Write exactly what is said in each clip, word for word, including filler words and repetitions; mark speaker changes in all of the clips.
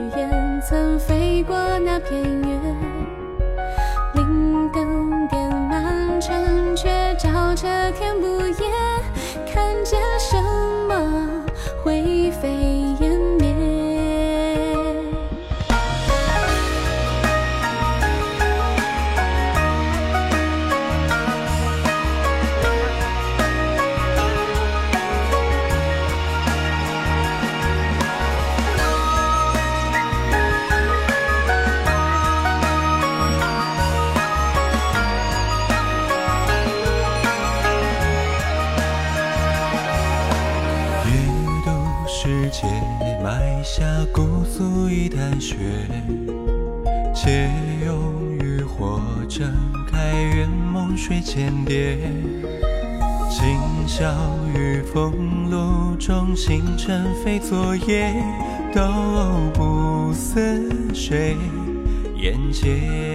Speaker 1: 言曾飞过那片月，灵灯点满城，却照着天不夜，看见什么灰飞烟灭。
Speaker 2: 世界埋下姑苏一潭血，借用渔火睁开圆梦水间蝶，今宵于风露中，星辰非昨夜，都不似水眼界。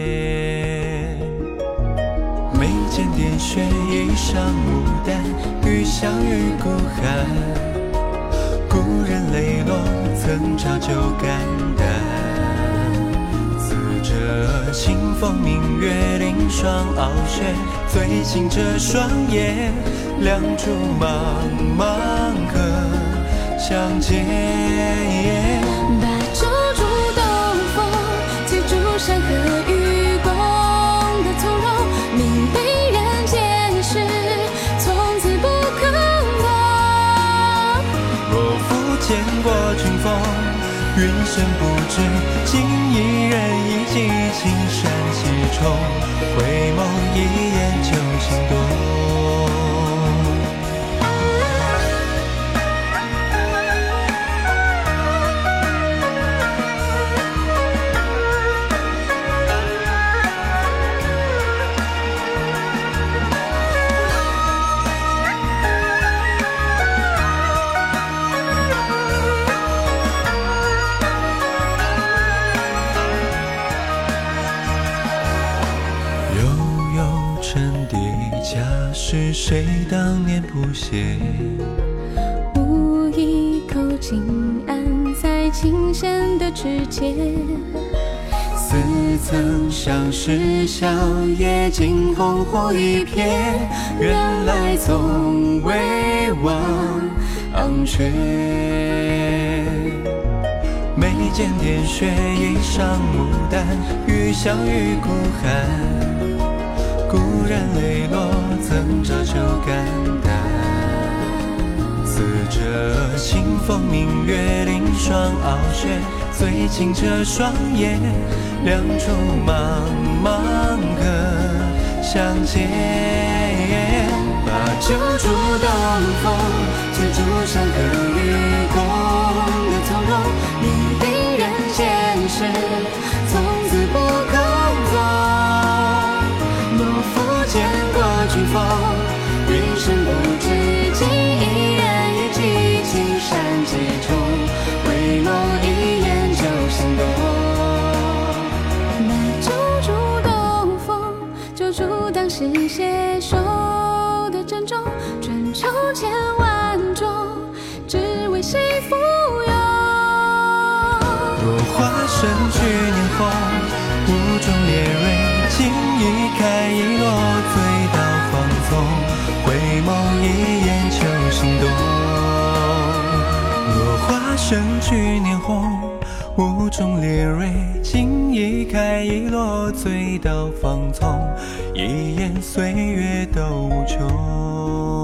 Speaker 2: 眉间点穴，一上牡丹，欲相遇孤寒。故人泪落，曾照旧肝胆。自这清风明月，凌霜傲雪，醉醒这双眼，两处茫茫可相见。
Speaker 1: 把酒煮东风，醉煮山河与共的从容，明媚人间事，从此不可忘。
Speaker 2: 若复见过君风，云深不知，今一人一骑青山西冲，回眸一眼就心动。是谁当年谱写？
Speaker 1: 无一口静安在琴弦的指尖，
Speaker 2: 似曾相识，笑靥惊鸿后一瞥，原来从未忘却。眉间点穴，一上牡丹，欲相遇孤寒。故人泪落，曾照旧肝胆。自这清风明月，凌霜傲雪，醉醒这双眼，两处茫茫可相见。把酒煮东风，醉煮山河与共的从容，明定人间事，从此不可忘。若复见过君风，云深不知，今一人一骑青山几重，回眸一眼就心动。
Speaker 1: 把酒煮东风，酒煮当时携手的珍重，春秋千万种，只为谁附庸。
Speaker 2: 若花胜去年红，雾中烈蕊尽一开一落，醉到放纵，回眸一眼就心动。若花胜去年红，雾中烈蕊尽一开一落，醉到放纵，一眼岁月都无穷。